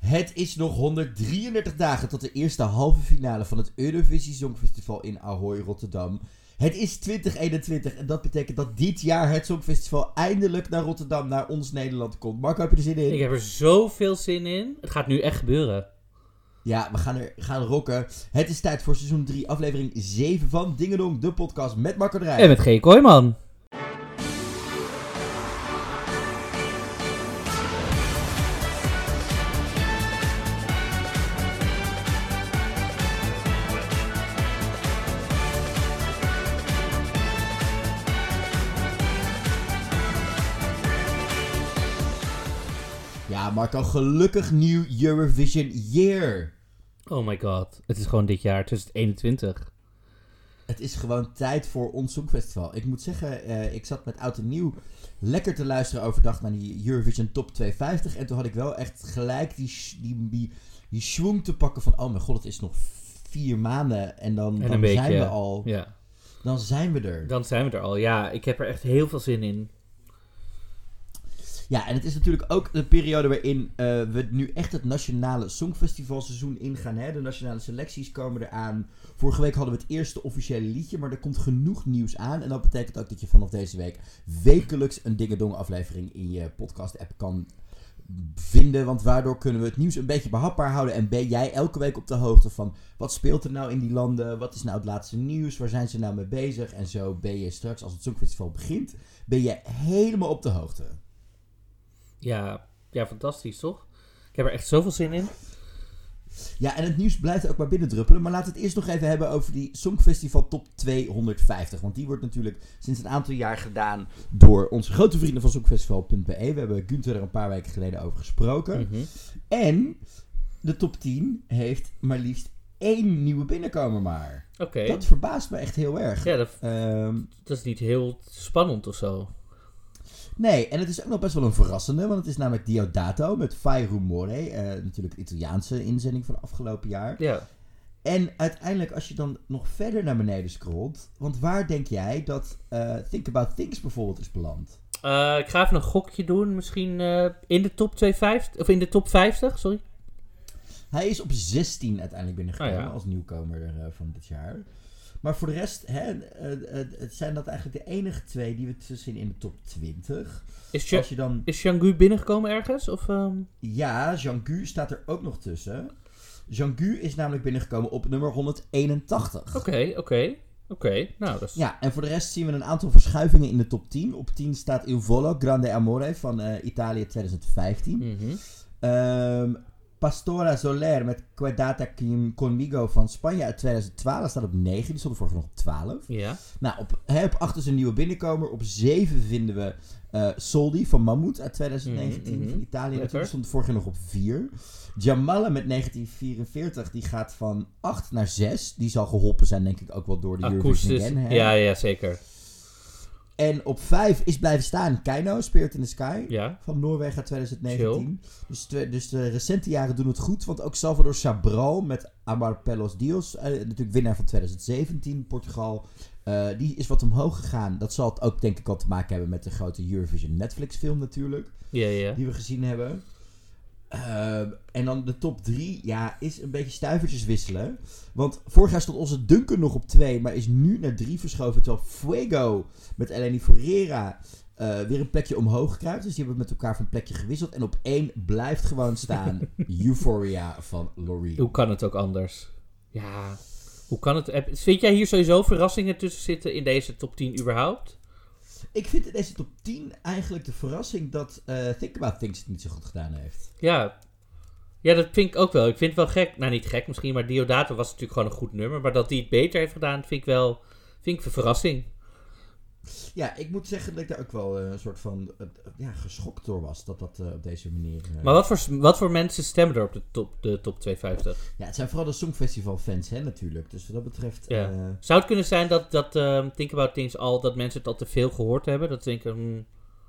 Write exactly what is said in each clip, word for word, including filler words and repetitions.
Het is nog honderddrieëndertig dagen tot de eerste halve finale van het Eurovisie Songfestival in Ahoy, Rotterdam. Het is twintig eenentwintig en dat betekent dat dit jaar het Songfestival eindelijk naar Rotterdam, naar ons Nederland komt. Marco, heb je er zin in? Ik heb er zoveel zin in. Het gaat nu echt gebeuren. Ja, we gaan er gaan rocken. Het is tijd voor seizoen drie, aflevering zeven van Dingedong, de podcast met Marco de Rij. En met G. Kooijman. Ja, Marco, gelukkig nieuw Eurovision year. Oh my god. Het is gewoon dit jaar, twintig eenentwintig. Het is gewoon tijd voor ons Songfestival. Ik moet zeggen, uh, ik zat met oud en nieuw lekker te luisteren overdag naar die Eurovision Top tweehonderdvijftig. En toen had ik wel echt gelijk die, die, die, die schwung te pakken van, oh mijn god, het is nog vier maanden. En dan, En dan beetje, zijn we al. Ja. Dan zijn we er. Dan zijn we er al. Ja, ik heb er echt heel veel zin in. Ja, en het is natuurlijk ook de periode waarin uh, we nu echt het nationale songfestivalseizoen ingaan. Hè? De nationale selecties komen eraan. Vorige week hadden we het eerste officiële liedje, maar er komt genoeg nieuws aan. En dat betekent ook dat je vanaf deze week wekelijks een Dingedong aflevering in je podcast app kan vinden. Want waardoor kunnen we het nieuws een beetje behapbaar houden. En ben jij elke week op de hoogte van wat speelt er nou in die landen? Wat is nou het laatste nieuws? Waar zijn ze nou mee bezig? En zo ben je straks, als het Songfestival begint, ben je helemaal op de hoogte. Ja, ja, fantastisch toch? Ik heb er echt zoveel zin in. Ja, en het nieuws blijft ook maar binnendruppelen. Maar laten we het eerst nog even hebben over die Songfestival Top tweehonderdvijftig. Want die wordt natuurlijk sinds een aantal jaar gedaan door onze grote vrienden van Songfestival punt be. We hebben Gunther er een paar weken geleden over gesproken. Mm-hmm. En de top tien heeft maar liefst één nieuwe binnenkomer maar. Oké. Okay. Dat verbaast me echt heel erg. Ja, dat, um, dat is niet heel spannend of zo. Nee, en het is ook nog best wel een verrassende, want het is namelijk Diodato met Fai Rumore, uh, natuurlijk de Italiaanse inzending van afgelopen jaar. Ja. En uiteindelijk, als je dan nog verder naar beneden scrolt, want waar denk jij dat uh, Think About Things bijvoorbeeld is beland? Uh, ik ga even een gokje doen, misschien uh, in de top tweehonderdvijftig, of in de top vijftig, sorry. Hij is op zestien uiteindelijk binnengekomen oh ja. als nieuwkomer uh, van dit jaar. Maar voor de rest, hè, uh, uh, het zijn dat eigenlijk de enige twee die we tussen in de top twintig. Is, ja- dan... is Jean-Gu binnengekomen ergens? Of, um... Ja, Jean-Gu staat er ook nog tussen. Jean-Gu is namelijk binnengekomen op nummer honderdeenentachtig. Oké, okay, oké. Okay. Oké, okay. nou dat is... Ja, en voor de rest zien we een aantal verschuivingen in de top tien. Op tien staat Il Volo Grande Amore van uh, Italië twintig vijftien. Mm-hmm. Um, Pastora Soler met Quedata Conmigo van Spanje uit twintig twaalf staat op negen. Die stond er vorige nog op twaalf. Ja. Nou, op, he, op acht is een nieuwe binnenkomer. Op zeven vinden we uh, Soldi van Mammoet uit twintig negentien mm-hmm. van Italië. Lekker. Die stond vorige nog op vier. Jamala met negentien vierenveertig, die gaat van acht naar zes. Die zal geholpen zijn, denk ik, ook wel door de Eurovision Again. Hè? Ja, ja, zeker. En op vijf is blijven staan Keino, Spirit in the Sky, ja. van Noorwegen uit twintig negentien. Dus, tw- dus de recente jaren doen het goed, want ook Salvador Sobral met Amar Pelos Dios, uh, natuurlijk winnaar van twintig zeventien, Portugal, uh, die is wat omhoog gegaan. Dat zal het ook denk ik al te maken hebben met de grote Eurovision Netflix film natuurlijk, ja, ja. die we gezien hebben. Uh, en dan de top drie, ja, is een beetje stuivertjes wisselen. Want vorig jaar stond onze Duncan nog op twee, maar is nu naar drie verschoven. Terwijl Fuego met Eleni Ferreira uh, weer een plekje omhoog kruipt. Dus die hebben met elkaar van een plekje gewisseld. En op één blijft gewoon staan Euphoria van Loreen. Hoe kan het ook anders? Ja, hoe kan het? Vind jij hier sowieso verrassingen tussen zitten in deze top tien überhaupt? Ik vind in deze top tien eigenlijk de verrassing dat uh, Think About Things het niet zo goed gedaan heeft. Ja. Ja, dat vind ik ook wel. Ik vind het wel gek. Nou, niet gek misschien, maar Diodato was natuurlijk gewoon een goed nummer. Maar dat hij het beter heeft gedaan, vind ik wel vind ik een verrassing. Ja, ik moet zeggen dat ik daar ook wel uh, een soort van uh, ja, geschokt door was. Dat dat uh, op deze manier... Uh... Maar wat voor, wat voor mensen stemmen er op de top, de top tweehonderdvijftig? Ja, het zijn vooral de Songfestival fans, hè, natuurlijk. Dus wat dat betreft... Ja. Uh... Zou het kunnen zijn dat, dat uh, Think About Things al, dat mensen het al te veel gehoord hebben? Dat denken... Hmm...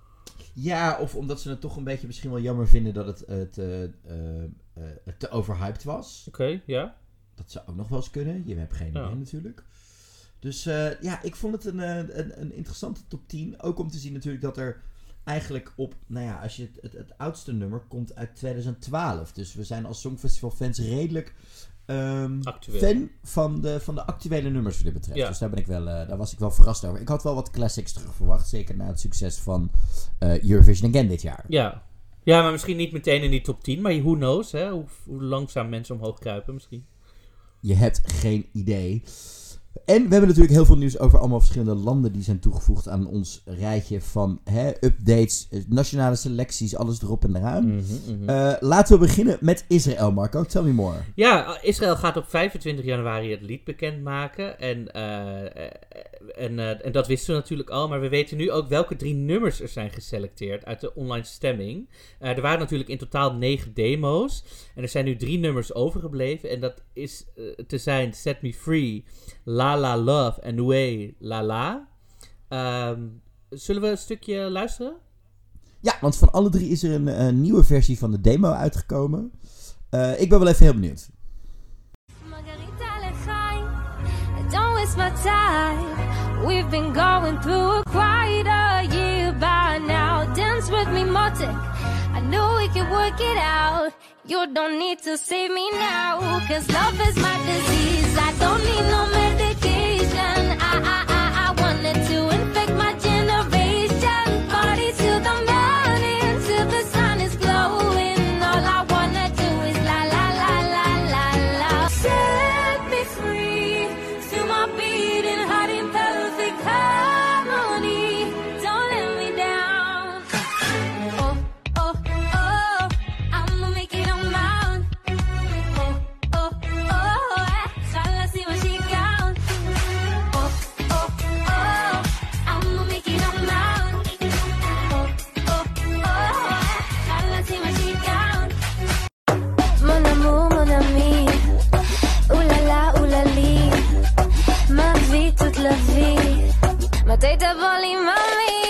Ja, of omdat ze het toch een beetje misschien wel jammer vinden dat het uh, te, uh, uh, te overhyped was. Oké, okay, ja. Dat zou ook nog wel eens kunnen. Je hebt geen idee ja. natuurlijk. Dus uh, ja, ik vond het een, een, een interessante top tien. Ook om te zien natuurlijk dat er eigenlijk op, nou ja, als je het, het, het oudste nummer komt uit tweeduizend twaalf. Dus we zijn als Songfestival-fans redelijk um, fan van de, van de actuele nummers wat dit betreft. Ja. Dus daar, ben ik wel, uh, daar was ik wel verrast over. Ik had wel wat classics terug verwacht, zeker na het succes van uh, Eurovision Again dit jaar. Ja. ja, maar misschien niet meteen in die top tien, maar who knows, hè? Hoe, hoe langzaam mensen omhoog kruipen misschien. Je hebt geen idee. En we hebben natuurlijk heel veel nieuws over allemaal verschillende landen die zijn toegevoegd aan ons rijtje van hè, updates, nationale selecties, alles erop en eraan. Mm-hmm, mm-hmm. Uh, laten we beginnen met Israël, Marco. Tell me more. Ja, Israël gaat op vijfentwintig januari het lied bekendmaken. En, uh, en, uh, en dat wisten we natuurlijk al, maar we weten nu ook welke drie nummers er zijn geselecteerd uit de online stemming. Uh, er waren natuurlijk in totaal negen demo's. En er zijn nu drie nummers overgebleven. En dat is uh, te zijn Set Me Free, La La Love en Noué La La. Um, zullen we een stukje luisteren? Ja, want van alle drie is er een, een nieuwe versie van de demo uitgekomen. Uh, ik ben wel even heel benieuwd. Don't waste my time. We've been going through quite a year by now. Dance with me, Motic. I know we can work it out. You don't need to save me now, cause love is my disease. I don't need no medication. I, I, I, I wanted to infect my generation. Party till the morning, till the sun is glowing. All I wanna do is la la la la la la. Set me free, feel my beating heart in perfect harmony. Don't let me down. Oh, oh, oh, I'ma make it on my own. Oh, oh, oh, I'll see what she got. Oh, oh, oh, I'ma make it on my own. Oh, oh, oh, I'll see what she got. Mon amour, mon ami. Ooh la la, ooh la li. Ma vie, toute la vie. Ma tête avant les mamies.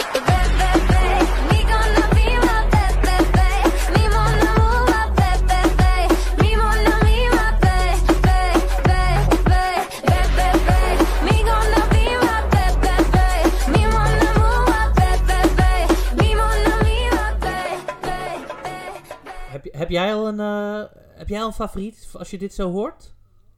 Heb, heb jij al een, uh, heb jij al een favoriet als je dit zo hoort?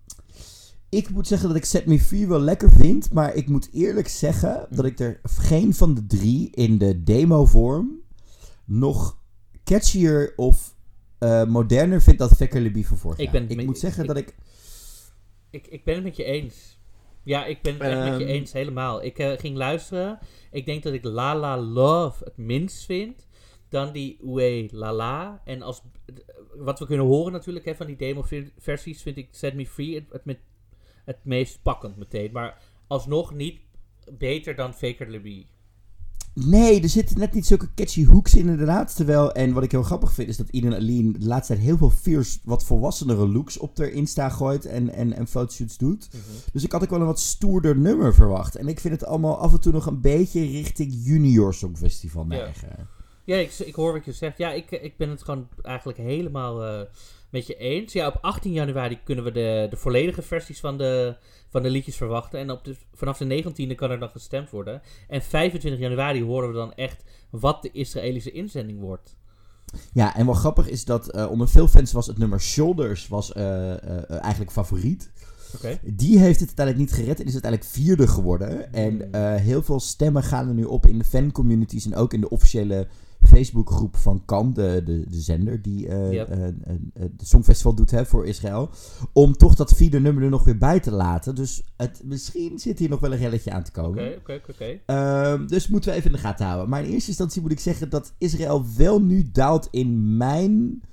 Ik moet zeggen dat ik Set Me Free wel lekker vind, maar ik moet eerlijk zeggen dat ik er geen van de drie in de demo-vorm nog catchier of uh, moderner vind dan Fekker Lebi van vorig jaar. Ik, ben ik me- moet zeggen ik, dat ik... ik... Ik ben het met je eens. Ja, ik ben het echt um, met je eens helemaal. Ik uh, ging luisteren. Ik denk dat ik La La Love het minst vind. Dan die Oué La La. En als, wat we kunnen horen natuurlijk hè, van die demo-versies vind ik Set Me Free het, het, met, het meest pakkend meteen. Maar alsnog niet beter dan Fekker Lebi. Nee, er zitten net niet zulke catchy hooks in inderdaad. Terwijl, en wat ik heel grappig vind, is dat Eden Aline de laatste tijd heel veel fierce, wat volwassenere looks op haar Insta gooit en, en, en fotoshoots doet. Mm-hmm. Dus ik had ook wel een wat stoerder nummer verwacht. En ik vind het allemaal af en toe nog een beetje richting Junior Songfestival neigen. Ja, ja ik, ik hoor wat je zegt. Ja, ik, ik ben het gewoon eigenlijk helemaal uh, met je eens. Ja, op achttien januari kunnen we de, de volledige versies van de... van de liedjes verwachten. En op de, vanaf de negentiende kan er dan gestemd worden. En vijfentwintig januari horen we dan echt wat de Israëlische inzending wordt. Ja, en wat grappig is dat uh, onder veel fans was het nummer Shoulders was uh, uh, eigenlijk favoriet. Okay. Die heeft het uiteindelijk niet gered en is uiteindelijk vierde geworden. En uh, heel veel stemmen gaan er nu op in de fancommunities en ook in de officiële Facebookgroep van Kan, de, de, de zender die uh, yep. uh, uh, uh, de Songfestival doet hè, voor Israël. Om toch dat vierde nummer er nog weer bij te laten. Dus het, misschien zit hier nog wel een relletje aan te komen. Oké, oké, oké. Dus moeten we even in de gaten houden. Maar in eerste instantie moet ik zeggen dat Israël wel nu daalt in mijn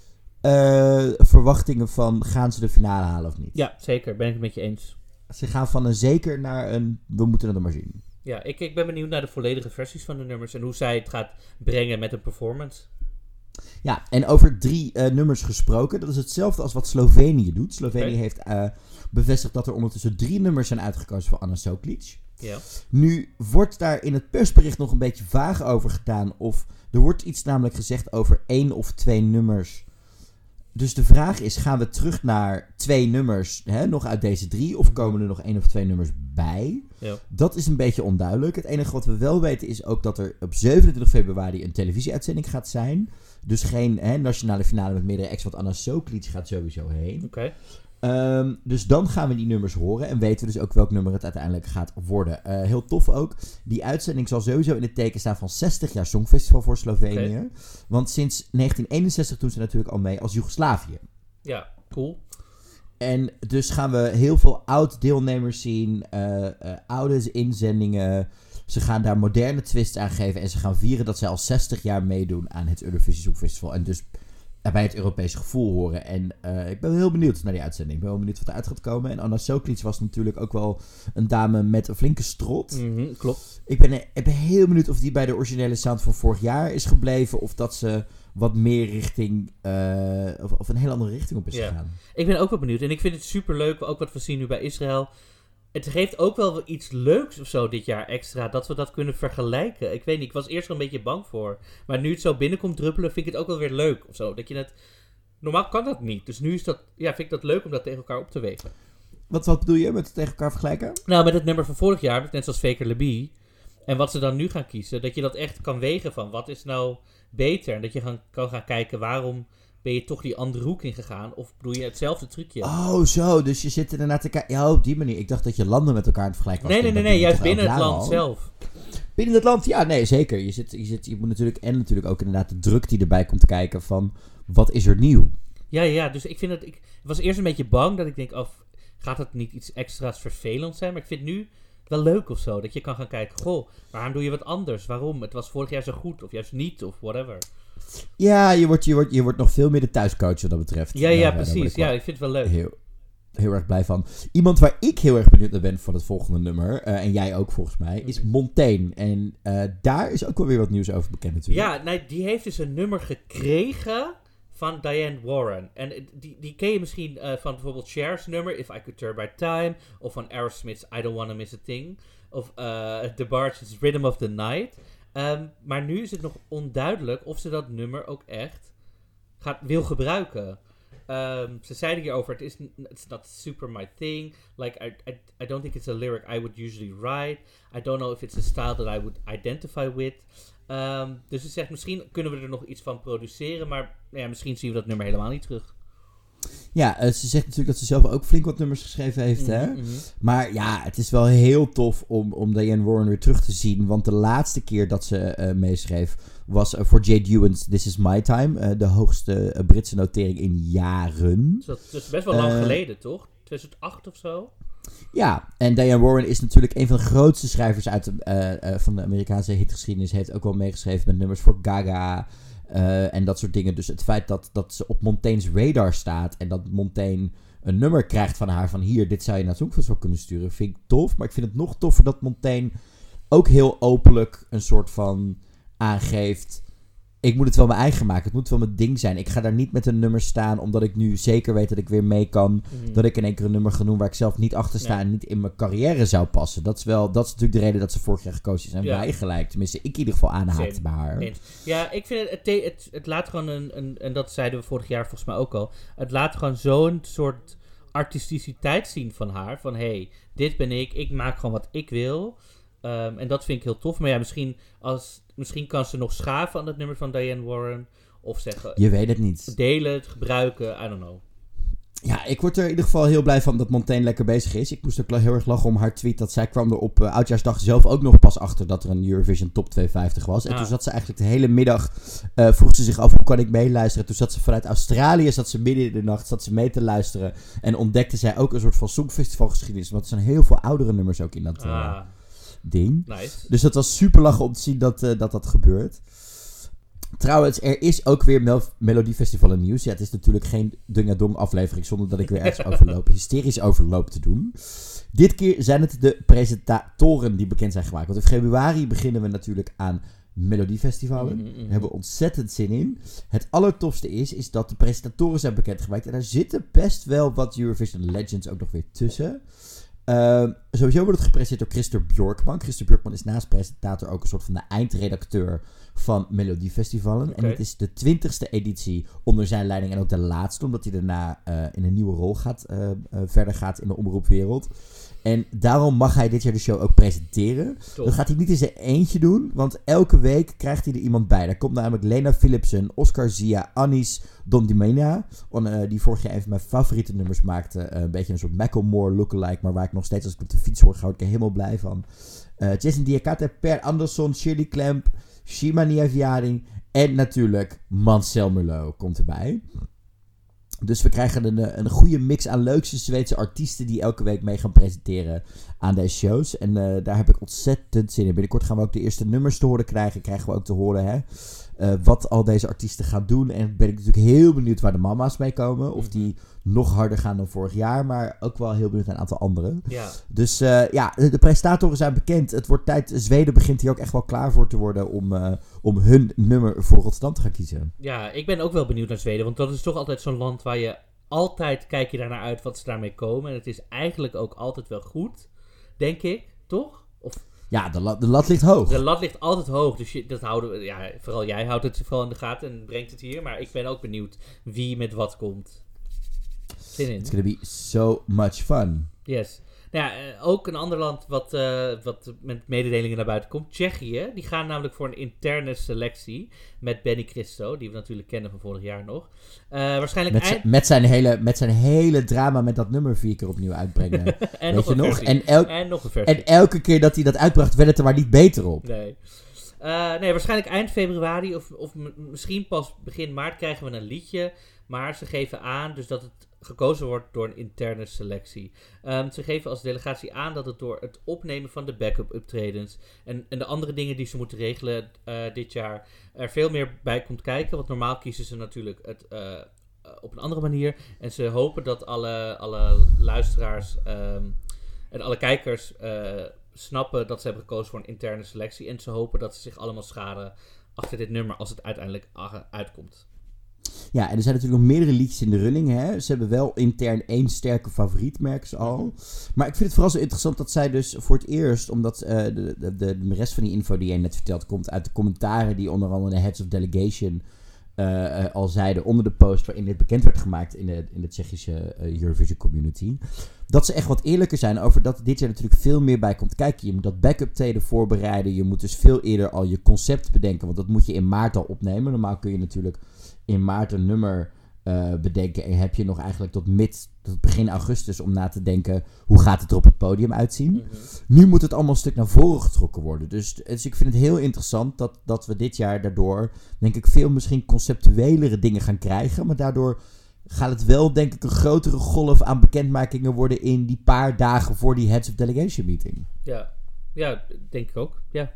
uh, verwachtingen van gaan ze de finale halen of niet. Ja, zeker. Ben ik het met je eens. Ze gaan van een zeker naar een we moeten het er maar zien. Ja, ik, ik ben benieuwd naar de volledige versies van de nummers en hoe zij het gaat brengen met een performance. Ja, en over drie uh, nummers gesproken, dat is hetzelfde als wat Slovenië doet. Slovenië okay. heeft uh, bevestigd dat er ondertussen drie nummers zijn uitgekozen voor Anna Soklic. Ja. Nu wordt daar in het persbericht nog een beetje vaag over gedaan of er wordt iets namelijk gezegd over één of twee nummers dus de vraag is, gaan we terug naar twee nummers, hè, nog uit deze drie, of komen er nog één of twee nummers bij? Ja. Dat is een beetje onduidelijk. Het enige wat we wel weten is ook dat er op zevenentwintig februari een televisieuitzending gaat zijn. Dus geen hè, nationale finale met meerdere acts, want Anna Soklic gaat sowieso heen. Oké. Um, dus dan gaan we die nummers horen en weten we dus ook welk nummer het uiteindelijk gaat worden. Uh, heel tof ook. Die uitzending zal sowieso in het teken staan van zestig jaar Songfestival voor Slovenië. Okay. Want sinds negentien eenenzestig doen ze natuurlijk al mee als Joegoslavië. Ja, cool. En dus gaan we heel veel oud-deelnemers zien, uh, uh, oude inzendingen. Ze gaan daar moderne twists aan geven en ze gaan vieren dat zij al zestig jaar meedoen aan het Eurovisie Songfestival. En dus bij het Europese gevoel horen. En uh, ik ben heel benieuwd naar die uitzending. Ik ben wel benieuwd wat eruit gaat komen. En Anna Soklic was natuurlijk ook wel een dame met een flinke strot. Mm-hmm, klopt. Ik ben, ik ben heel benieuwd of die bij de originele sound van vorig jaar is gebleven. Of dat ze wat meer richting... Uh, of, of een heel andere richting op is yeah. gegaan. Ik ben ook wel benieuwd. En ik vind het superleuk, ook wat we zien nu bij Israël. Het geeft ook wel iets leuks of zo dit jaar extra, dat we dat kunnen vergelijken. Ik weet niet, ik was eerst wel een beetje bang voor. Maar nu het zo binnenkomt druppelen, vind ik het ook wel weer leuk of zo. Dat je het... Normaal kan dat niet. Dus nu is dat, ja, vind ik dat leuk om dat tegen elkaar op te wegen. Wat, wat bedoel je met het tegen elkaar vergelijken? Nou, met het nummer van vorig jaar, net zoals Faker Lebie. En wat ze dan nu gaan kiezen. Dat je dat echt kan wegen van, wat is nou beter? En dat je gaan, kan gaan kijken, waarom ben je toch die andere hoek ingegaan? Of doe je hetzelfde trucje? Oh, zo. Dus je zit ernaar te kijken. Ja, op die manier. Ik dacht dat je landen met elkaar aan het vergelijken was. Nee, nee, nee. nee juist binnen het land al. zelf. Binnen het land? Ja, nee, zeker. Je, zit, je, zit, je moet natuurlijk... En natuurlijk ook inderdaad de druk die erbij komt kijken van... Wat is er nieuw? Ja, ja. Dus ik vind dat... Ik was eerst een beetje bang dat ik denk... Oh, gaat het niet iets extra's vervelend zijn? Maar ik vind nu wel leuk of zo. Dat je kan gaan kijken... Goh, waarom doe je wat anders? Waarom? Het was vorig jaar zo goed. Of juist niet. Of whatever. Ja, je wordt, je, wordt, je wordt nog veel meer de thuiscoach wat dat betreft. Ja, ja, daar, precies. Daar ja, ik vind het wel leuk. Heel, heel erg blij van. Iemand waar ik heel erg benieuwd naar ben voor het volgende nummer, uh, en jij ook volgens mij, is Montaigne. En uh, daar is ook wel weer wat nieuws over bekend natuurlijk. Ja, nee, die heeft dus een nummer gekregen van Diane Warren. En die, die ken je misschien uh, van bijvoorbeeld Cher's nummer, If I Could Turn Back Time, of van Aerosmith's I Don't Wanna Miss a Thing, of uh, The Barge's Rhythm of the Night. Um, maar nu is het nog onduidelijk of ze dat nummer ook echt gaat, wil gebruiken. Um, ze zeiden hierover, it is it's not super my thing. Like, I, I, I don't think it's a lyric I would usually write. I don't know if it's a style that I would identify with. Um, dus ze zegt, misschien kunnen we er nog iets van produceren, maar ja, misschien zien we dat nummer helemaal niet terug. Ja, uh, ze zegt natuurlijk dat ze zelf ook flink wat nummers geschreven heeft, hè. Mm-hmm. Maar ja, het is wel heel tof om, om Diane Warren weer terug te zien. Want de laatste keer dat ze uh, meeschreef was uh, voor Jade Ewan's This Is My Time. Uh, de hoogste uh, Britse notering in jaren. Dus dat is best wel lang uh, geleden, toch? tweeduizend acht of zo? Ja, en Diane Warren is natuurlijk een van de grootste schrijvers uit de, uh, uh, van de Amerikaanse hitgeschiedenis. Heeft ook wel meegeschreven met nummers voor Gaga... Uh, en dat soort dingen. Dus het feit dat, dat ze op Montaigne's radar staat en dat Montaigne een nummer krijgt van haar van hier, dit zou je naar het Songfestival kunnen sturen, vind ik tof. Maar ik vind het nog toffer dat Montaigne ook heel openlijk een soort van aangeeft, ik moet het wel mijn eigen maken. Het moet wel mijn ding zijn. Ik ga daar niet met een nummer staan omdat ik nu zeker weet dat ik weer mee kan. Mm-hmm. Dat ik in één keer een nummer ga doen waar ik zelf niet achter sta, nee, en niet in mijn carrière zou passen. Dat is wel, dat is natuurlijk de reden dat ze vorig jaar gekozen is. En ja, wij gelijk. Tenminste, ik in ieder geval aanhaakte bij haar. Eens. Ja, ik vind het, het, het, het laat gewoon een, een, en dat zeiden we vorig jaar volgens mij ook al. Het laat gewoon zo'n soort artisticiteit zien van haar. Van hé, hey, dit ben ik. Ik maak gewoon wat ik wil. Um, en dat vind ik heel tof. Maar ja, misschien, als, misschien kan ze nog schaven aan het nummer van Diane Warren. Of zeggen... Je weet het niet. Delen, het gebruiken, I don't know. Ja, ik word er in ieder geval heel blij van dat Montaigne lekker bezig is. Ik moest ook heel erg lachen om haar tweet dat zij kwam er op uh, Oudjaarsdag zelf ook nog pas achter dat er een Eurovision Top tweehonderdvijftig was. En ah. toen zat ze eigenlijk de hele middag, uh, vroeg ze zich af hoe kan ik meeluisteren. Toen zat ze vanuit Australië, zat ze midden in de nacht, zat ze mee te luisteren. En ontdekte zij ook een soort van songfestivalgeschiedenis. Want er zijn heel veel oudere nummers ook in dat uh, ah. ding. Nice. Dus dat was super lachen om te zien dat uh, dat, dat gebeurt. Trouwens, er is ook weer Mel- Melodiefestival in nieuws. Ja, het is natuurlijk geen Dungadong aflevering zonder dat ik weer ergens overloop, hysterisch overloop te doen. Dit keer zijn het de presentatoren die bekend zijn gemaakt. Want in februari beginnen we natuurlijk aan Melodiefestivalen. Mm-hmm. Daar hebben we ontzettend zin in. Het allertofste is, is dat de presentatoren zijn bekendgemaakt. En daar zitten best wel wat Eurovision Legends ook nog weer tussen. Uh, sowieso wordt het gepresenteerd door Christer Bjorkman. Christer Bjorkman is naast presentator ook een soort van de eindredacteur van Melodiefestivalen. Okay. En het is de twintigste editie onder zijn leiding en ook de laatste, omdat hij daarna uh, in een nieuwe rol gaat, uh, uh, verder gaat in de omroepwereld. En daarom mag hij dit jaar de show ook presenteren. Top. Dat gaat hij niet in zijn eentje doen, want elke week krijgt hij er iemand bij. Daar komt namelijk Lena Philipsen, Oscar Zia, Anis Don Dimena, uh, die vorig jaar een van mijn favoriete nummers maakte. Uh, een beetje een soort Macklemore lookalike, maar waar ik nog steeds als ik op de fiets hoor, ga ik er helemaal blij van. Uh, Jason Diakate, Per Anderson, Shirley Clamp, Shima Niaviaring en natuurlijk Marcel Merlot komt erbij. Dus we krijgen een, een goede mix aan leukste Zweedse artiesten die elke week mee gaan presenteren aan deze shows. En uh, daar heb ik ontzettend zin in. Binnenkort gaan we ook de eerste nummers te horen krijgen. Krijgen we ook te horen hè, uh, wat al deze artiesten gaan doen. En ben ik natuurlijk heel benieuwd waar de mama's mee komen. Of die nog harder gaan dan vorig jaar. Maar ook wel heel benieuwd naar een aantal anderen. Ja. Dus uh, ja, de, de presentatoren zijn bekend. Het wordt tijd. Zweden begint hier ook echt wel klaar voor te worden om, uh, om hun nummer voor Rotterdam te gaan kiezen. Ja, ik ben ook wel benieuwd naar Zweden. Want dat is toch altijd zo'n land waar je altijd kijk je daarnaar uit wat ze daarmee komen. En het is eigenlijk ook altijd wel goed, denk ik. Toch? Of... Ja, de, la- de lat ligt hoog. De lat ligt altijd hoog. Dus je, dat houden we, ja, vooral jij houdt het vooral in de gaten en brengt het hier. Maar ik ben ook benieuwd wie met wat komt. Zin in. It's gonna be so much fun. Yes. Nou ja, uh, ook een ander land wat, uh, wat met mededelingen naar buiten komt. Tsjechië. Die gaan namelijk voor een interne selectie met Benny Christo. Die we natuurlijk kennen van vorig jaar nog. Uh, waarschijnlijk met, eind... z- met, zijn hele, met zijn hele drama met dat nummer vier keer opnieuw uitbrengen. en, Weet nog je een nog? versie. En, elk... en nog een versie. En elke keer dat hij dat uitbracht, werd het er maar niet beter op. Nee. Uh, nee, waarschijnlijk eind februari of, of m- misschien pas begin maart krijgen we een liedje. Maar ze geven aan dus dat het gekozen wordt door een interne selectie. Um, ze geven als delegatie aan dat het door het opnemen van de backup optredens en, en de andere dingen die ze moeten regelen uh, dit jaar er veel meer bij komt kijken. Want normaal kiezen ze natuurlijk het uh, uh, op een andere manier. En ze hopen dat alle, alle luisteraars um, en alle kijkers uh, snappen dat ze hebben gekozen voor een interne selectie. En ze hopen dat ze zich allemaal scharen achter dit nummer als het uiteindelijk uitkomt. Ja, en er zijn natuurlijk nog meerdere liedjes in de running. Hè? Ze hebben wel intern één sterke favoriet, merken ze al. Maar ik vind het vooral zo interessant dat zij dus voor het eerst, omdat uh, de, de, de, de rest van die info die jij net verteld komt uit de commentaren die onder andere de Heads of Delegation uh, uh, al zeiden onder de post waarin dit bekend werd gemaakt in de, in de Tsjechische uh, Eurovision community. Dat ze echt wat eerlijker zijn over dat dit jaar natuurlijk veel meer bij komt kijken. Je moet dat backup treden voorbereiden. Je moet dus veel eerder al je concept bedenken, want dat moet je in maart al opnemen. Normaal kun je natuurlijk in maart een nummer uh, bedenken en heb je nog eigenlijk tot mid, tot begin augustus om na te denken hoe gaat het er op het podium uitzien. Mm-hmm. Nu moet het allemaal een stuk naar voren getrokken worden. Dus, dus ik vind het heel interessant dat, dat we dit jaar daardoor, denk ik, veel misschien conceptuelere dingen gaan krijgen, maar daardoor gaat het wel, denk ik, een grotere golf aan bekendmakingen worden in die paar dagen voor die Heads of Delegation meeting. Ja, ja, denk ik ook, ja.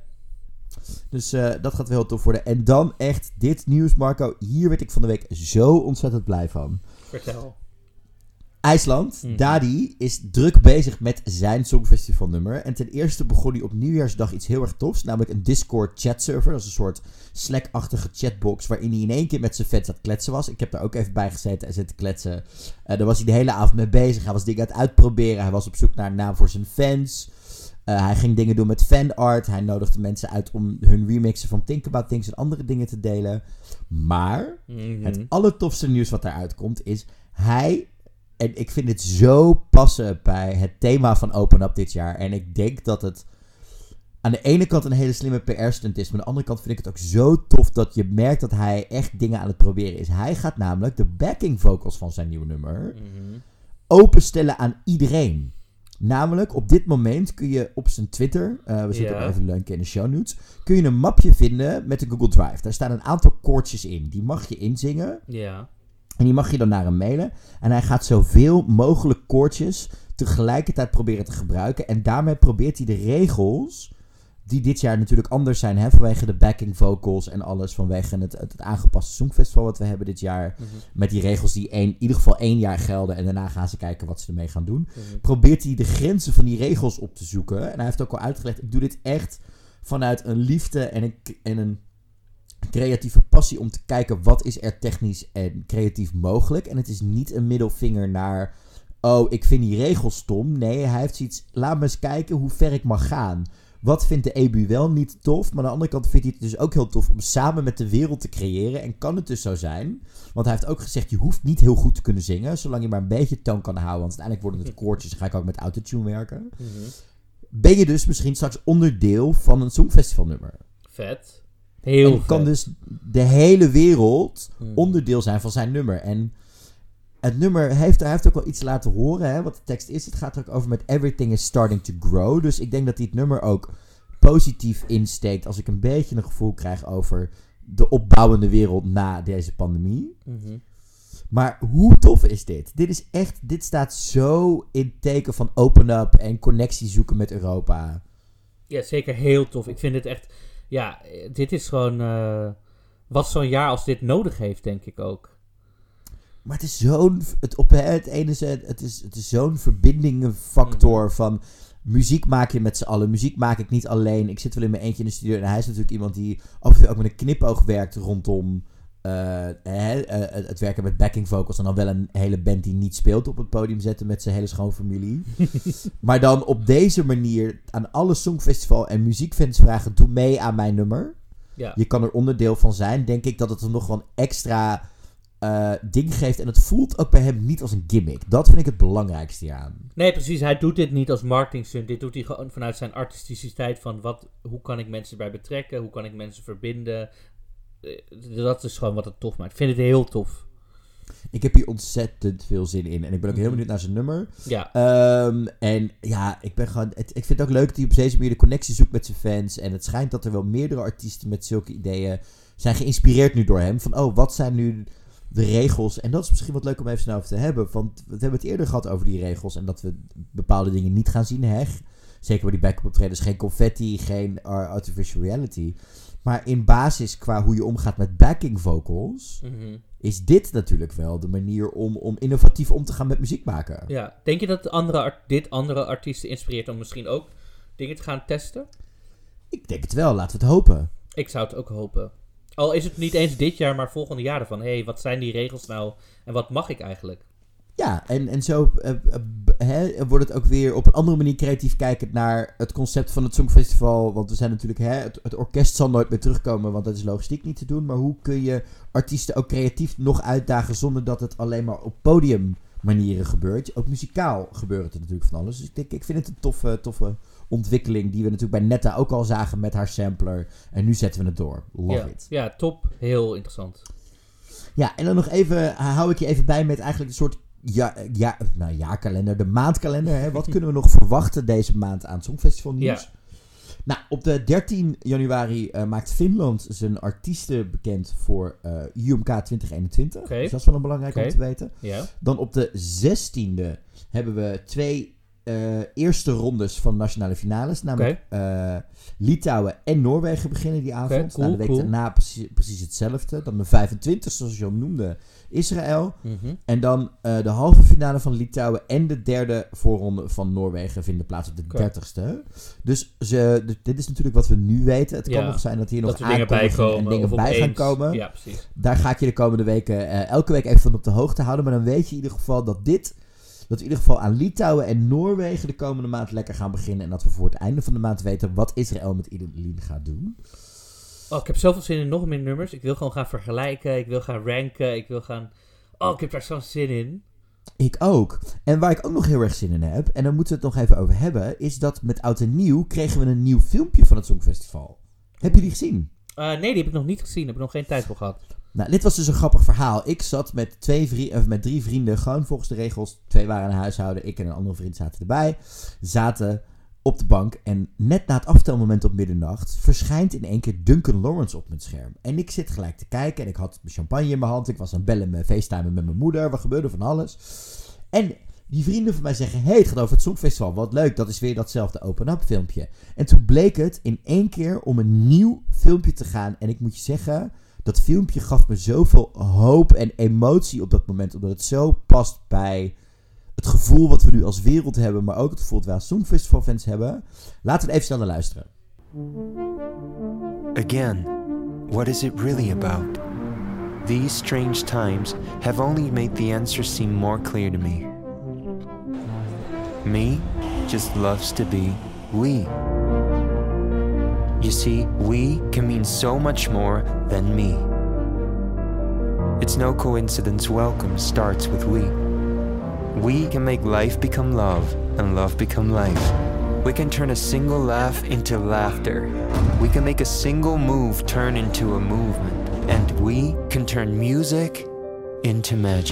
Dus uh, dat gaat wel heel tof worden. En dan echt dit nieuws, Marco. Hier werd ik van de week zo ontzettend blij van. Vertel. IJsland, mm. Dadi, is druk bezig met zijn Songfestivalnummer. En ten eerste begon hij op nieuwjaarsdag iets heel erg tofs. Namelijk een Discord chatserver. Dat is een soort Slack-achtige chatbox waarin hij in één keer met zijn fans aan het kletsen was. Ik heb daar ook even bij gezeten en zitten kletsen. Uh, daar was hij de hele avond mee bezig. Hij was dingen aan het uitproberen. Hij was op zoek naar een naam voor zijn fans. Uh, hij ging dingen doen met fanart. Hij nodigde mensen uit om hun remixen van Think About Things en andere dingen te delen. Maar mm-hmm. het allertofste nieuws wat daaruit komt is hij... En ik vind het zo passen bij het thema van Open Up dit jaar. En ik denk dat het aan de ene kant een hele slimme P R-stunt is. Maar aan de andere kant vind ik het ook zo tof dat je merkt dat hij echt dingen aan het proberen is. Hij gaat namelijk de backing vocals van zijn nieuwe nummer mm-hmm. openstellen aan iedereen. Namelijk, op dit moment kun je op zijn Twitter, uh, we zetten ja. ook even een linkje in de show notes, kun je een mapje vinden met de Google Drive. Daar staan een aantal koortjes in. Die mag je inzingen. Ja. En die mag je dan naar hem mailen. En hij gaat zoveel mogelijk koortjes tegelijkertijd proberen te gebruiken. En daarmee probeert hij de regels, die dit jaar natuurlijk anders zijn, hè, vanwege de backing vocals en alles, vanwege het, het, het aangepaste Songfestival wat we hebben dit jaar, mm-hmm. met die regels die een, in ieder geval één jaar gelden en daarna gaan ze kijken wat ze ermee gaan doen. Mm-hmm. Probeert hij de grenzen van die regels op te zoeken. En hij heeft ook al uitgelegd, ik doe dit echt vanuit een liefde en een, en een creatieve passie om te kijken wat is er technisch en creatief mogelijk. En het is niet een middelvinger naar, oh, ik vind die regels stom. Nee, hij heeft zoiets, laat me eens kijken hoe ver ik mag gaan. Wat vindt de E B U wel niet tof? Maar aan de andere kant vindt hij het dus ook heel tof om samen met de wereld te creëren. En kan het dus zo zijn. Want hij heeft ook gezegd, je hoeft niet heel goed te kunnen zingen. Zolang je maar een beetje toon kan houden. Want uiteindelijk worden het koortjes. Dan ga ik ook met autotune werken. Mm-hmm. Ben je dus misschien straks onderdeel van een songfestivalnummer. Vet. Heel en vet. kan dus de hele wereld mm. onderdeel zijn van zijn nummer. En het nummer heeft, hij heeft ook wel iets laten horen, hè, wat de tekst is. Het gaat er ook over met everything is starting to grow. Dus ik denk dat hij het nummer ook positief insteekt. Als ik een beetje een gevoel krijg over de opbouwende wereld na deze pandemie. Mm-hmm. Maar hoe tof is dit? Dit is echt, dit staat zo in het teken van open up en connectie zoeken met Europa. Ja, zeker heel tof. Ik vind het echt, ja, dit is gewoon uh, wat zo'n jaar als dit nodig heeft, denk ik ook. Maar het is zo'n, het, op het ene zet, het is, het is zo'n verbindingenfactor mm-hmm. van muziek maak je met z'n allen. Muziek maak ik niet alleen. Ik zit wel in mijn eentje in de studio en hij is natuurlijk iemand die af en toe ook met een knipoog werkt rondom uh, hè, uh, het werken met backing vocals en dan wel een hele band die niet speelt op het podium zetten met zijn hele schoonfamilie. Maar dan op deze manier aan alle songfestival en muziekfans vragen, doe mee aan mijn nummer. Ja. Je kan er onderdeel van zijn. Denk ik dat het er nog wel een extra Uh, ding geeft. En het voelt ook bij hem niet als een gimmick. Dat vind ik het belangrijkste hieraan. Nee, precies. Hij doet dit niet als marketingstunt. Dit doet hij gewoon vanuit zijn artisticiteit van wat, hoe kan ik mensen bij betrekken? Hoe kan ik mensen verbinden? Uh, dat is gewoon wat het tof maakt. Ik vind het heel tof. Ik heb hier ontzettend veel zin in. En ik ben ook heel benieuwd naar zijn nummer. Ja. Um, en ja, ik ben gewoon... Het, ik vind het ook leuk dat hij op deze manier de connectie zoekt met zijn fans. En het schijnt dat er wel meerdere artiesten met zulke ideeën zijn geïnspireerd nu door hem. Van, oh, wat zijn nu de regels? En dat is misschien wat leuk om even snel over te hebben. Want we hebben het eerder gehad over die regels. En dat we bepaalde dingen niet gaan zien. Hè? Zeker bij die backup optredens. Geen confetti, geen artificial reality. Maar in basis qua hoe je omgaat met backing vocals, mm-hmm. is dit natuurlijk wel de manier om, om innovatief om te gaan met muziek maken. Ja, denk je dat andere, dit andere artiesten inspireert om misschien ook dingen te gaan testen? Ik denk het wel, laten we het hopen. Ik zou het ook hopen. Al is het niet eens dit jaar, maar volgende jaar ervan. Hé, hey, wat zijn die regels nou en wat mag ik eigenlijk? Ja, en, en zo uh, uh, hè, wordt het ook weer op een andere manier creatief kijkend naar het concept van het Songfestival. Want we zijn natuurlijk, hè, het, het orkest zal nooit meer terugkomen, want dat is logistiek niet te doen. Maar hoe kun je artiesten ook creatief nog uitdagen zonder dat het alleen maar op podiummanieren gebeurt? Ook muzikaal gebeurt er natuurlijk van alles. Dus ik, denk, ik vind het een toffe, toffe ontwikkeling die we natuurlijk bij Netta ook al zagen met haar sampler. En nu zetten we het door. Love ja, it. Ja, top. Heel interessant. Ja, en dan nog even, hou ik je even bij met eigenlijk een soort Ja, ja, nou, jaarkalender, de maandkalender. Hè. Wat kunnen we nog verwachten deze maand aan het Songfestival nieuws? Ja. Nou, op de dertien januari uh, maakt Finland zijn artiesten bekend voor uh, U M K twintig eenentwintig. Okay. Dus dat is wel een belangrijk okay. om te weten. Ja. Dan op de zestiende hebben we twee uh, eerste rondes van nationale finales. Namelijk okay. uh, Litouwen en Noorwegen beginnen die avond. Okay, cool, nou, de week cool. daarna precies, precies hetzelfde. Dan de vijfentwintigste, zoals je al noemde, Israël. Mm-hmm. En dan uh, de halve finale van Litouwen en de derde voorronde van Noorwegen vinden plaats op de okay. dertigste. Dus ze, de, dit is natuurlijk wat we nu weten. Het kan ja, nog zijn dat hier nog aankondigingen en dingen bij gaan komen. Ja, precies. Daar ga ik je de komende weken uh, elke week even van op de hoogte houden. Maar dan weet je in ieder geval dat dit, dat we in ieder geval aan Litouwen en Noorwegen de komende maand lekker gaan beginnen. En dat we voor het einde van de maand weten wat Israël met Idolien gaat doen. Oh, ik heb zoveel zin in nog meer nummers. Ik wil gewoon gaan vergelijken. Ik wil gaan ranken. Ik wil gaan... Oh, ik heb daar zo'n zin in. Ik ook. En waar ik ook nog heel erg zin in heb, en daar moeten we het nog even over hebben, is dat met Oud en Nieuw kregen we een nieuw filmpje van het Songfestival. Heb je die gezien? Uh, nee, die heb ik nog niet gezien. Daar heb ik nog geen tijd voor gehad. Nou, dit was dus een grappig verhaal. Ik zat met, twee vri- of met drie vrienden, gewoon volgens de regels. Twee waren in huishouden, ik en een andere vriend zaten erbij. Zaten op de bank en net na het aftelmoment op middernacht verschijnt in één keer Duncan Lawrence op mijn scherm. En ik zit gelijk te kijken en ik had mijn champagne in mijn hand. Ik was aan het bellen met FaceTime met mijn moeder. Wat gebeurde van alles. En die vrienden van mij zeggen, hey, het gaat over het Songfestival. Wat leuk, dat is weer datzelfde open-up filmpje. En toen bleek het in één keer om een nieuw filmpje te gaan. En ik moet je zeggen, dat filmpje gaf me zoveel hoop en emotie op dat moment. Omdat het zo past bij het gevoel wat we nu als wereld hebben, maar ook het gevoel dat wij als Songfestival-fans hebben. Laten we even snel naar luisteren. Again, what is it really about? These strange times have only made the answer seem more clear to me. Me just loves to be we. You see, we can mean so much more than me. It's no coincidence welcome starts with we. We can make life become love and love become life. We can turn a single laugh into laughter. We can make a single move turn into a movement. And we can turn music into magic.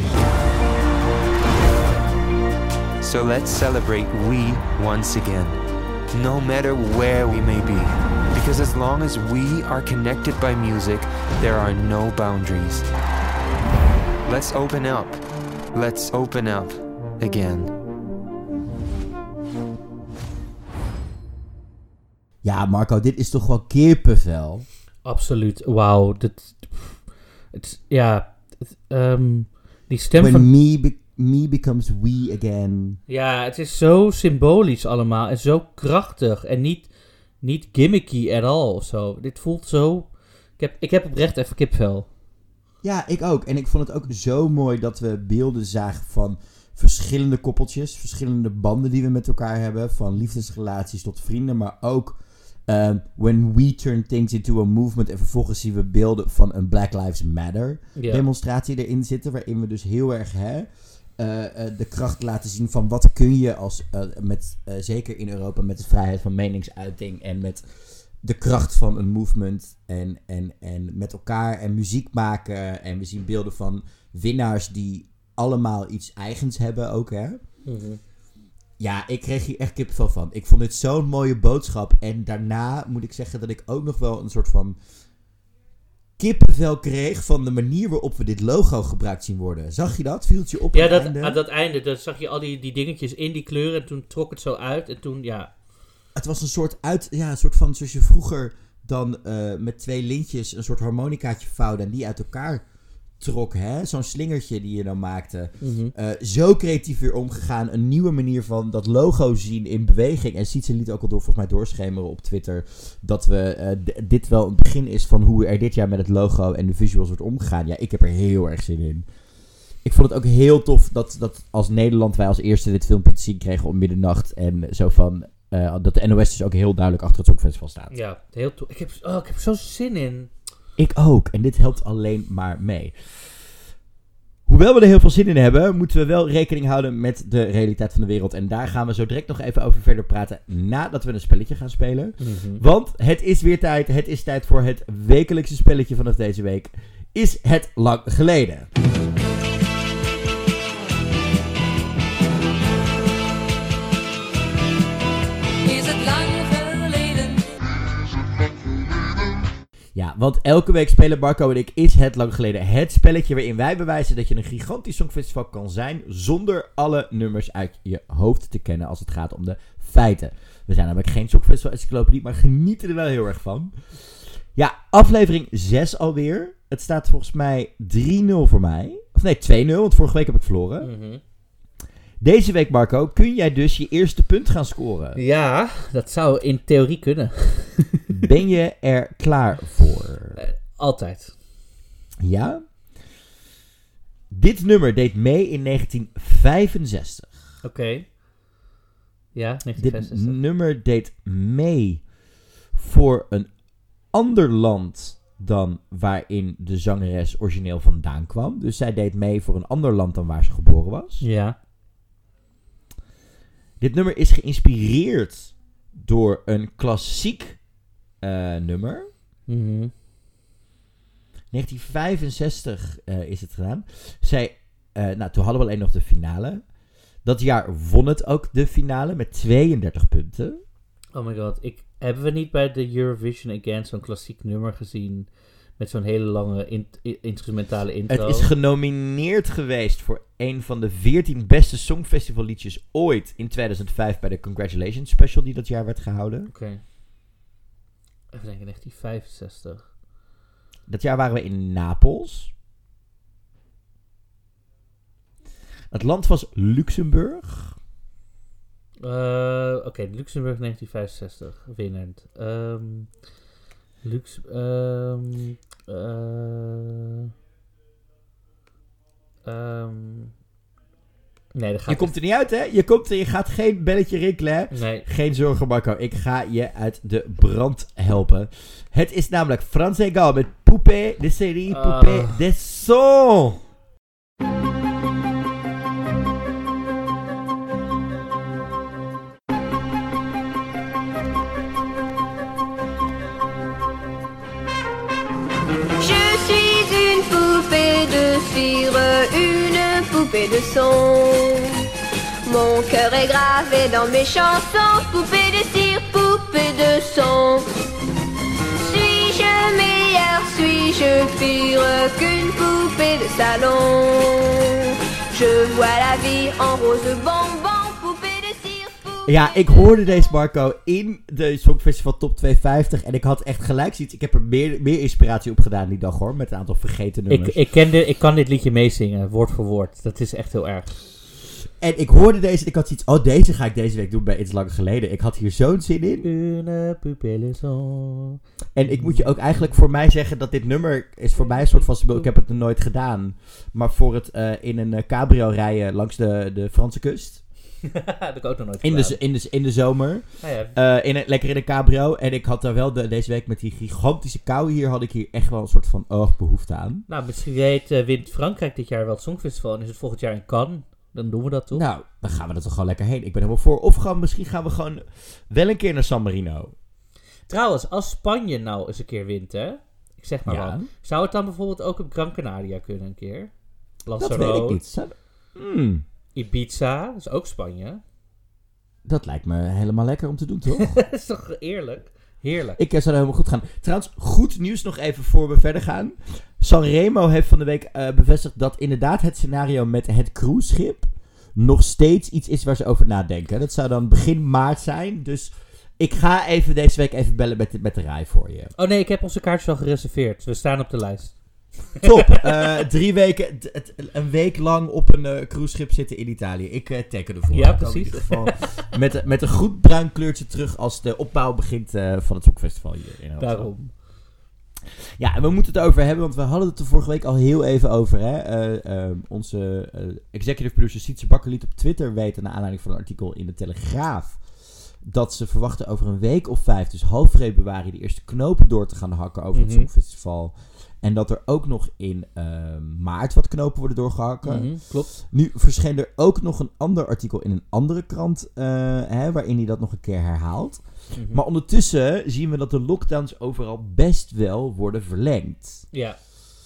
So let's celebrate we once again, no matter where we may be. Because as long as we are connected by music, there are no boundaries. Let's open up. Let's open up again. Ja, Marco, dit is toch wel kippenvel? Absoluut. Wauw. Dit, het, ja, het, um, die stem When van... me, be- me becomes we again. Ja, het is zo symbolisch allemaal en zo krachtig en niet, niet gimmicky at all of zo. Dit voelt zo... Ik heb, ik heb oprecht even kipvel. Ja, ik ook. En ik vond het ook zo mooi dat we beelden zagen van verschillende koppeltjes, verschillende banden die we met elkaar hebben, van liefdesrelaties tot vrienden, maar ook uh, when we turn things into a movement en vervolgens zien we beelden van een Black Lives Matter Ja. demonstratie erin zitten, waarin we dus heel erg hè, uh, uh, de kracht laten zien van wat kun je als, uh, met, uh, zeker in Europa, met de vrijheid van meningsuiting en met de kracht van een movement en, en, en met elkaar en muziek maken. En we zien beelden van winnaars die allemaal iets eigens hebben ook, hè. Mm-hmm. Ja, ik kreeg hier echt kippenvel van. Ik vond dit zo'n mooie boodschap. En daarna moet ik zeggen dat ik ook nog wel een soort van kippenvel kreeg van de manier waarop we dit logo gebruikt zien worden. Zag je dat? Viel het je op Ja, aan dat, het einde? aan dat einde, dan zag je al die, die dingetjes in die kleuren en toen trok het zo uit en toen, ja... Het was een soort uit, ja, een soort van zoals je vroeger dan uh, met twee lintjes een soort harmonicaatje vouwde en die uit elkaar trok, hè? Zo'n slingertje die je dan maakte. Mm-hmm. Uh, zo creatief weer omgegaan. Een nieuwe manier van dat logo zien in beweging. En Sietse liet ook al door, volgens mij doorschemeren op Twitter dat we uh, d- dit wel een begin is van hoe er dit jaar met het logo en de visuals wordt omgegaan. Ja, ik heb er heel erg zin in. Ik vond het ook heel tof dat, dat als Nederland wij als eerste dit filmpje te zien kregen om middernacht en zo van... Uh, dat de N O S dus ook heel duidelijk achter het Songfestival staat. Ja, heel tof. Ik heb, oh, ik heb er zo zin in. Ik ook. En dit helpt alleen maar mee. Hoewel we er heel veel zin in hebben, moeten we wel rekening houden met de realiteit van de wereld. En daar gaan we zo direct nog even over verder praten nadat we een spelletje gaan spelen. Mm-hmm. Want het is weer tijd. Het is tijd voor het wekelijkse spelletje vanaf deze week. Is het lang geleden? Ja, want elke week spelen Marco en ik Is het lang geleden het spelletje waarin wij bewijzen dat je een gigantisch songfestival kan zijn zonder alle nummers uit je hoofd te kennen als het gaat om de feiten. We zijn namelijk geen songfestival-encyclopedie, maar genieten er wel heel erg van. Ja, aflevering zes alweer. Het staat volgens mij drie nul voor mij. Of nee, twee nul, want vorige week heb ik verloren. Mm-hmm. Deze week, Marco, kun jij dus je eerste punt gaan scoren. Ja, dat zou in theorie kunnen. Ben je er klaar voor? Uh, altijd. Ja? Dit nummer deed mee in negentien vijfenzestig. Oké. Okay. Ja, negentien Dit vijfenzestig. nummer deed mee voor een ander land dan waarin de zangeres origineel vandaan kwam. Dus zij deed mee voor een ander land dan waar ze geboren was. Ja. Dit nummer is geïnspireerd door een klassiek uh, nummer. Mm-hmm. negentien vijfenzestig uh, is het gedaan. Zij, uh, nou, toen hadden we alleen nog de finale. Dat jaar won het ook de finale met tweeëndertig punten. Oh my god, ik, hebben we niet bij de Eurovision Again zo'n klassiek nummer gezien met zo'n hele lange in, in, instrumentale intro? Het is genomineerd geweest voor een van de veertien beste songfestivalliedjes ooit in tweeduizend vijf bij de Congratulations Special die dat jaar werd gehouden. Oké. Okay. Even denken, negentien vijfenzestig. Dat jaar waren we in Napels. Het land was Luxemburg. Uh, Oké, okay, Luxemburg negentien vijfenzestig, winnend. Um, Lux... Um, uh, um, Nee, dat gaat Je komt er niet uit, hè? Je komt er, je gaat geen belletje rinkelen, hè? Nee. Geen zorgen, Marco. Ik ga je uit de brand helpen. Het is namelijk Frans en Gal met Poupée de série, Poupée Uh. de son. Je suis une poupée de cire, une poupée de son. Mon cœur est gravé dans mes chansons, poupée de cire, poupée de son. Suis-je meilleure, suis-je pire qu'une poupée de salon? Je vois la vie en rose bonbon, poupée de cire, poupée. Ja, ik hoorde deze, Marco, in de Songfestival Top tweehonderdvijftig. En ik had echt gelijk zoiets. Ik heb er meer, meer inspiratie op gedaan die dag, hoor. Met een aantal vergeten nummers. Ik, ik, ken de, ik kan dit liedje meezingen, woord voor woord. Dat is echt heel erg. En ik hoorde deze en ik had zoiets. Oh, deze ga ik deze week doen bij Iets Langer Geleden. Ik had hier zo'n zin in. Une poupée de son. En ik moet je ook eigenlijk voor mij zeggen dat dit nummer is voor mij een soort van symbool. Ik heb het nog nooit gedaan. Maar voor het uh, in een uh, cabrio rijden langs de, de Franse kust. Dat heb ik ook nog nooit In gedaan. de, in de, in de zomer. Ah, ja. Uh, in een, lekker in een cabrio. En ik had daar wel de, deze week met die gigantische kou hier. Had ik hier echt wel een soort van oh, behoefte aan. Nou, misschien weet uh, wint Frankrijk dit jaar wel het Songfestival. En is het volgend jaar in Cannes. Dan doen we dat toch? Nou, dan gaan we er toch gewoon lekker heen. Ik ben helemaal voor. Of gewoon, misschien gaan we gewoon wel een keer naar San Marino. Trouwens, als Spanje nou eens een keer wint, hè? Ik zeg maar Ja. wat. Zou het dan bijvoorbeeld ook op Gran Canaria kunnen een keer? Dat Lanzarote, weet ik niet. Zou- Hmm, Ibiza, dat is ook Spanje. dat lijkt me helemaal lekker om te doen, toch? Dat is toch eerlijk? Heerlijk. Ik uh, zou er helemaal goed gaan. Trouwens, goed nieuws nog even voor we verder gaan. Sanremo heeft van de week uh, bevestigd dat inderdaad het scenario met het cruiseschip nog steeds iets is waar ze over nadenken. Dat zou dan begin maart zijn. Dus ik ga even deze week even bellen met de, met de rij voor je. Oh nee, ik heb onze kaartjes al gereserveerd. We staan op de lijst. Top. Uh, drie weken, d- d- een week lang op een uh, cruiseschip zitten in Italië. Ik uh, teken ervoor. Ja, Ik kom precies. In ieder geval met, met een goed bruin kleurtje terug als de opbouw begint uh, van het Songfestival hier in Amsterdam. Daarom. Ja, en we moeten het over hebben, want we hadden het er vorige week al heel even over. Hè? Uh, uh, onze uh, executive producer Sietse Bakker liet op Twitter weten, naar aanleiding van een artikel in de Telegraaf, dat ze verwachten over een week of vijf, dus half februari, de eerste knopen door te gaan hakken over het Mhm. Songfestival. En dat er ook nog in uh, maart wat knopen worden doorgehakken. Mhm, klopt. Nu verscheen er ook nog een ander artikel in een andere krant, uh, hè, waarin hij dat nog een keer herhaalt. Mhm. Maar ondertussen zien we dat de lockdowns overal best wel worden verlengd. Ja.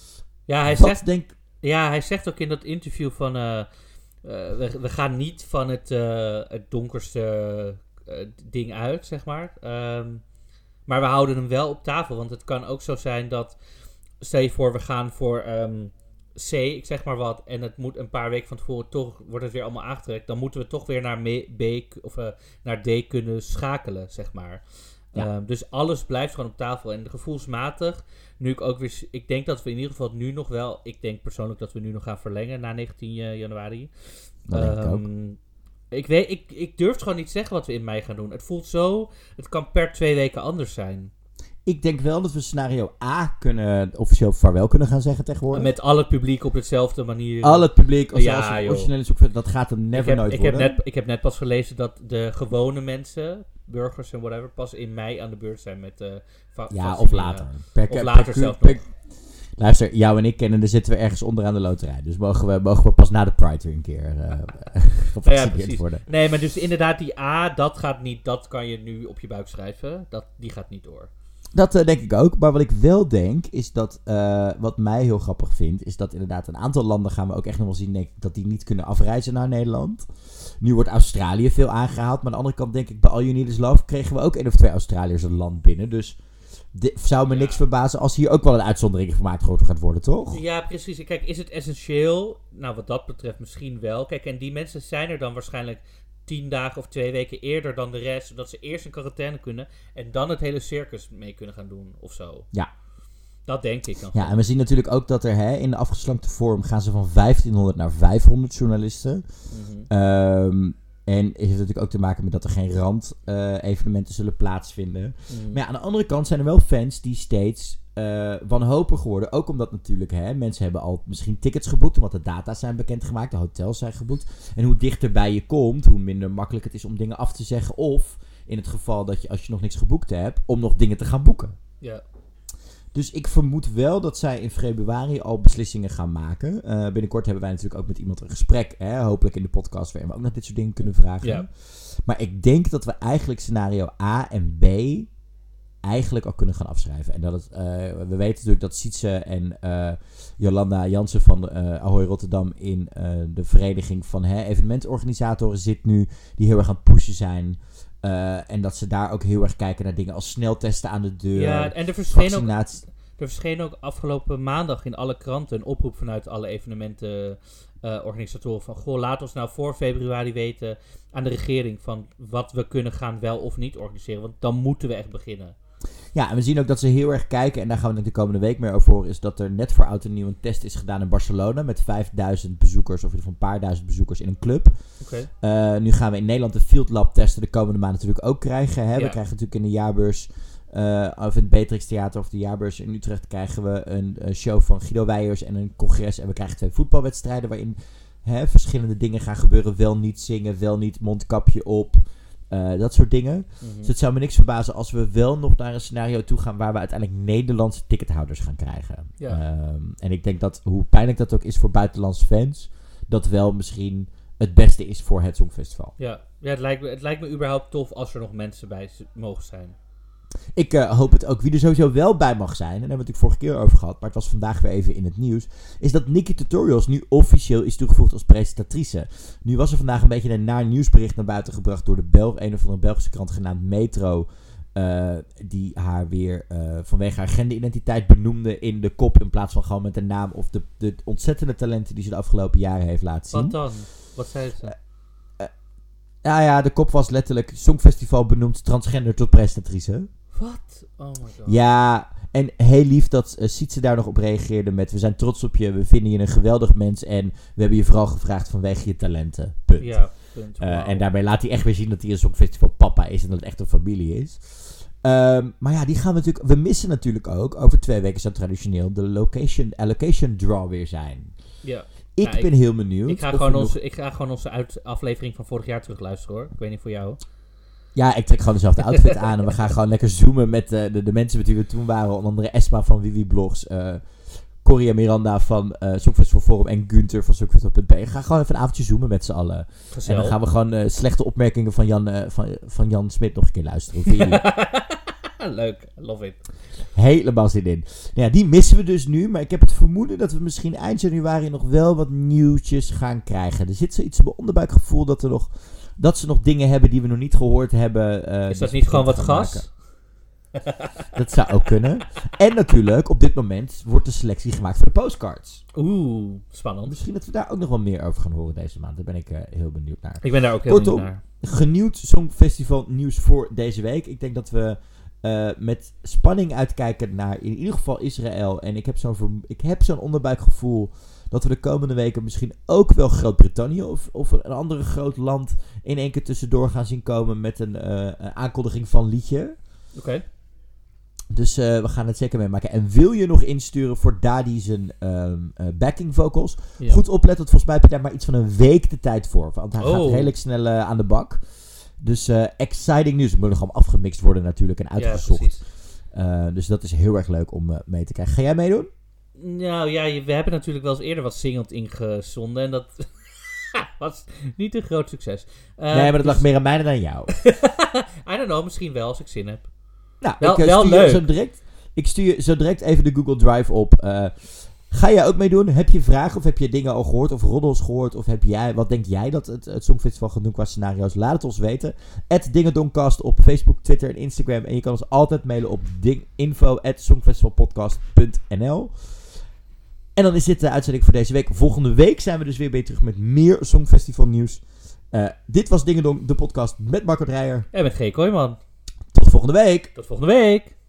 Ja, hij Wat zegt... denk... Ja, hij zegt ook in dat interview van... Uh, uh, we, we gaan niet van het, uh, het donkerste uh, ding uit, zeg maar. Um, maar we houden hem wel op tafel. Want het kan ook zo zijn dat... Stel je voor, we gaan voor um, C, ik zeg maar wat... en het moet een paar weken van tevoren toch... wordt het weer allemaal aangetrekt. Dan moeten we toch weer naar me- B of uh, naar D kunnen schakelen, zeg maar. Ja. Um, dus alles blijft gewoon op tafel. En gevoelsmatig... Nu ik ook weer... Ik denk dat we in ieder geval nu nog wel... Ik denk persoonlijk dat we nu nog gaan verlengen na negentien januari. Dat denk ik ook. Um, ik, weet, ik, ik durf gewoon niet zeggen wat we in mei gaan doen. Het voelt zo... Het kan per twee weken anders zijn. Ik denk wel dat we scenario A kunnen officieel vaarwel kunnen gaan zeggen tegenwoordig. Met al het publiek op hetzelfde manier. Al het publiek, als Ja, ja, joh. originele zoekverder, dat gaat hem never ik heb, nooit ik worden. Heb net, ik heb net pas gelezen dat de gewone mensen, burgers en whatever, pas in mei aan de beurt zijn met uh, va- ja, of vaccineren. later. Per, Of later per, zelf per, nog. Luister, jou en ik kennen, dan zitten we ergens onderaan de loterij. Dus mogen we, mogen we pas na de Pride weer een keer uh, gevaccineerd precies. worden. Nee, maar dus inderdaad die A, dat gaat niet, dat kan je nu op je buik schrijven. Dat, die gaat niet door. Dat uh, denk ik ook. Maar wat ik wel denk, is dat, uh, wat mij heel grappig vindt, is dat inderdaad een aantal landen gaan we ook echt nog wel zien, denk ik, dat die niet kunnen afreizen naar Nederland. Nu wordt Australië veel aangehaald, maar aan de andere kant denk ik, bij All You Need Is Love kregen we ook één of twee Australiërs een land binnen. Dus de, zou me Ja. niks verbazen als hier ook wel een uitzondering gemaakt gaat worden, toch? Ja, precies. Kijk, is het essentieel? Nou, wat dat betreft misschien wel. Kijk, en die mensen zijn er dan waarschijnlijk tien dagen of twee weken eerder dan de rest, zodat ze eerst in quarantaine kunnen en dan het hele circus mee kunnen gaan doen, of zo. Ja. Dat denk ik dan. Ja, en we zien natuurlijk ook dat er hè, in de afgeslankte vorm gaan ze van vijftienhonderd naar vijfhonderd journalisten. Mhm. Um, En het heeft natuurlijk ook te maken met dat er geen rand-evenementen uh, zullen plaatsvinden. Mm. Maar ja, aan de andere kant zijn er wel fans die steeds uh, wanhopig worden. Ook omdat natuurlijk hè, mensen hebben al misschien tickets geboekt, omdat de data's zijn bekendgemaakt, de hotels zijn geboekt. En hoe dichter bij je komt, hoe minder makkelijk het is om dingen af te zeggen. Of in het geval dat je, als je nog niks geboekt hebt, om nog dingen te gaan boeken. Ja. Dus ik vermoed wel dat zij in februari al beslissingen gaan maken. Uh, binnenkort hebben wij natuurlijk ook met iemand een gesprek. Hè? Hopelijk in de podcast waarin we ook nog dit soort dingen kunnen vragen. Ja. Maar ik denk dat we eigenlijk scenario A en B eigenlijk al kunnen gaan afschrijven. En dat het, uh, we weten natuurlijk dat Sietse en uh, Jolanda Jansen van uh, Ahoy Rotterdam in uh, de vereniging van hè, evenementorganisatoren zit nu. Die heel erg aan het pushen zijn. Uh, en dat ze daar ook heel erg kijken naar dingen als sneltesten aan de deur. Ja, en er verscheen ook, er verscheen ook afgelopen maandag in alle kranten een oproep vanuit alle evenementenorganisatoren uh, van goh, laat ons nou voor februari weten aan de regering van wat we kunnen gaan wel of niet organiseren. Want dan moeten we echt beginnen. Ja, en we zien ook dat ze heel erg kijken, en daar gaan we de komende week meer over horen, is dat er net voor oud en nieuw een test is gedaan in Barcelona met vijfduizend bezoekers, of in ieder geval een paar duizend bezoekers in een club. Okay. Uh, nu gaan we in Nederland de Field Lab testen de komende maand natuurlijk ook krijgen. Hè? Ja. We krijgen natuurlijk in de jaarbeurs, uh, of in het Beatrix Theater of de jaarbeurs in Utrecht, krijgen we een, een show van Guido Weijers en een congres. En we krijgen twee voetbalwedstrijden waarin hè, verschillende dingen gaan gebeuren. Wel niet zingen, wel niet mondkapje op. Uh, dat soort dingen. Mm-hmm. Dus het zou me niks verbazen als we wel nog naar een scenario toe gaan waar we uiteindelijk Nederlandse tickethouders gaan krijgen. Ja. Um, en ik denk dat, hoe pijnlijk dat ook is voor buitenlandse fans, dat wel misschien het beste is voor het Songfestival. Ja, ja het, lijkt me, het lijkt me überhaupt tof als er nog mensen bij mogen zijn. Ik uh, hoop het ook. Wie er sowieso wel bij mag zijn, en daar hebben we het vorige keer over gehad, maar het was vandaag weer even in het nieuws, is dat Nikki Tutorials nu officieel is toegevoegd als presentatrice. Nu was er vandaag een beetje een naar nieuwsbericht naar buiten gebracht door de Belg, een of andere Belgische krant genaamd Metro, uh, die haar weer uh, vanwege haar genderidentiteit benoemde in de kop in plaats van gewoon met de naam of de, de ontzettende talenten die ze de afgelopen jaren heeft laten zien. Wat dan? Wat zei ze? Uh, uh, nou ja, de kop was letterlijk Songfestival benoemd transgender tot presentatrice. Wat? Oh my god. Ja, en heel lief dat uh, Sietse daar nog op reageerde met we zijn trots op je, we vinden je een geweldig mens en we hebben je vooral gevraagd vanwege je talenten. Punt. Ja, punt. Wow. Uh, en daarbij laat hij echt weer zien dat hij een Songfestival papa is en dat het echt een familie is. Um, maar ja, die gaan we natuurlijk, we missen natuurlijk ook, over twee weken zou traditioneel de location, allocation draw weer zijn. Ja. Ik nou, ben ik, heel benieuwd. Ik ga gewoon onze, nog... ik ga gewoon onze uit, aflevering van vorig jaar terugluisteren hoor. Ik weet niet voor jou. Ja, ik trek gewoon dezelfde outfit aan en we gaan gewoon lekker zoomen met uh, de, de mensen met wie we toen waren. Onder andere Esma van Wiwi Blogs, uh, Corrie en Miranda van uh, Songfestival Forum en Gunther van Songfestival punt b. We gaan gewoon even een avondje zoomen met z'n allen. Gezellig. En dan gaan we gewoon uh, slechte opmerkingen van Jan, uh, van, van Jan Smit nog een keer luisteren. Hoe vind je Leuk, love it. Helemaal zin in. Nou ja, die missen we dus nu, maar ik heb het vermoeden dat we misschien eind januari nog wel wat nieuwtjes gaan krijgen. Er zit zoiets op mijn onderbuikgevoel dat er nog... Dat ze nog dingen hebben die we nog niet gehoord hebben. Uh, is dat niet gewoon wat gas? Dat zou ook kunnen. En natuurlijk, op dit moment wordt de selectie gemaakt voor de postcards. Oeh, spannend. Misschien dat we daar ook nog wel meer over gaan horen deze maand. Daar ben ik uh, heel benieuwd naar. Ik ben daar ook heel Kortom, benieuwd naar. Genieuwd Songfestival nieuws voor deze week. Ik denk dat we uh, met spanning uitkijken naar in ieder geval Israël. En ik heb zo'n, ver- ik heb zo'n onderbuikgevoel dat we de komende weken misschien ook wel Groot-Brittannië of, of een andere groot land in één keer tussendoor gaan zien komen met een, uh, een aankondiging van liedje. Oké. Okay. Dus uh, we gaan het zeker meemaken. En wil je nog insturen voor Dadi zijn um, uh, backing vocals? Ja. Goed opletten, want volgens mij heb je daar maar iets van een week de tijd voor. Want hij oh. gaat redelijk snel uh, aan de bak. Dus uh, exciting news. Het moet nog allemaal afgemixt worden natuurlijk en uitgezocht. Ja, uh, dus dat is heel erg leuk om uh, mee te krijgen. Ga jij meedoen? Nou ja, we hebben natuurlijk wel eens eerder wat singeld ingezonden. En dat was niet een groot succes. Uh, nee, maar dat dus... lag meer aan mij dan aan jou. I don't know, misschien wel als ik zin heb. Nou, wel, ik, uh, wel leuk. Zo direct, ik stuur je zo direct even de Google Drive op. Uh, ga jij ook meedoen? Heb je vragen of heb je dingen al gehoord of roddels gehoord? Of heb jij, wat denk jij dat het, het Songfestival gaat doen qua scenario's? Laat het ons weten. at Dingedonkast op Facebook, Twitter en Instagram. En je kan ons altijd mailen op ding, info at songfestivalpodcast punt n l. En dan is dit de uitzending voor deze week. Volgende week zijn we dus weer bij terug met meer Songfestival nieuws. Uh, dit was Dingedong, de podcast met Marco Dreyer. En met G. Kooijman. Tot volgende week. Tot volgende week.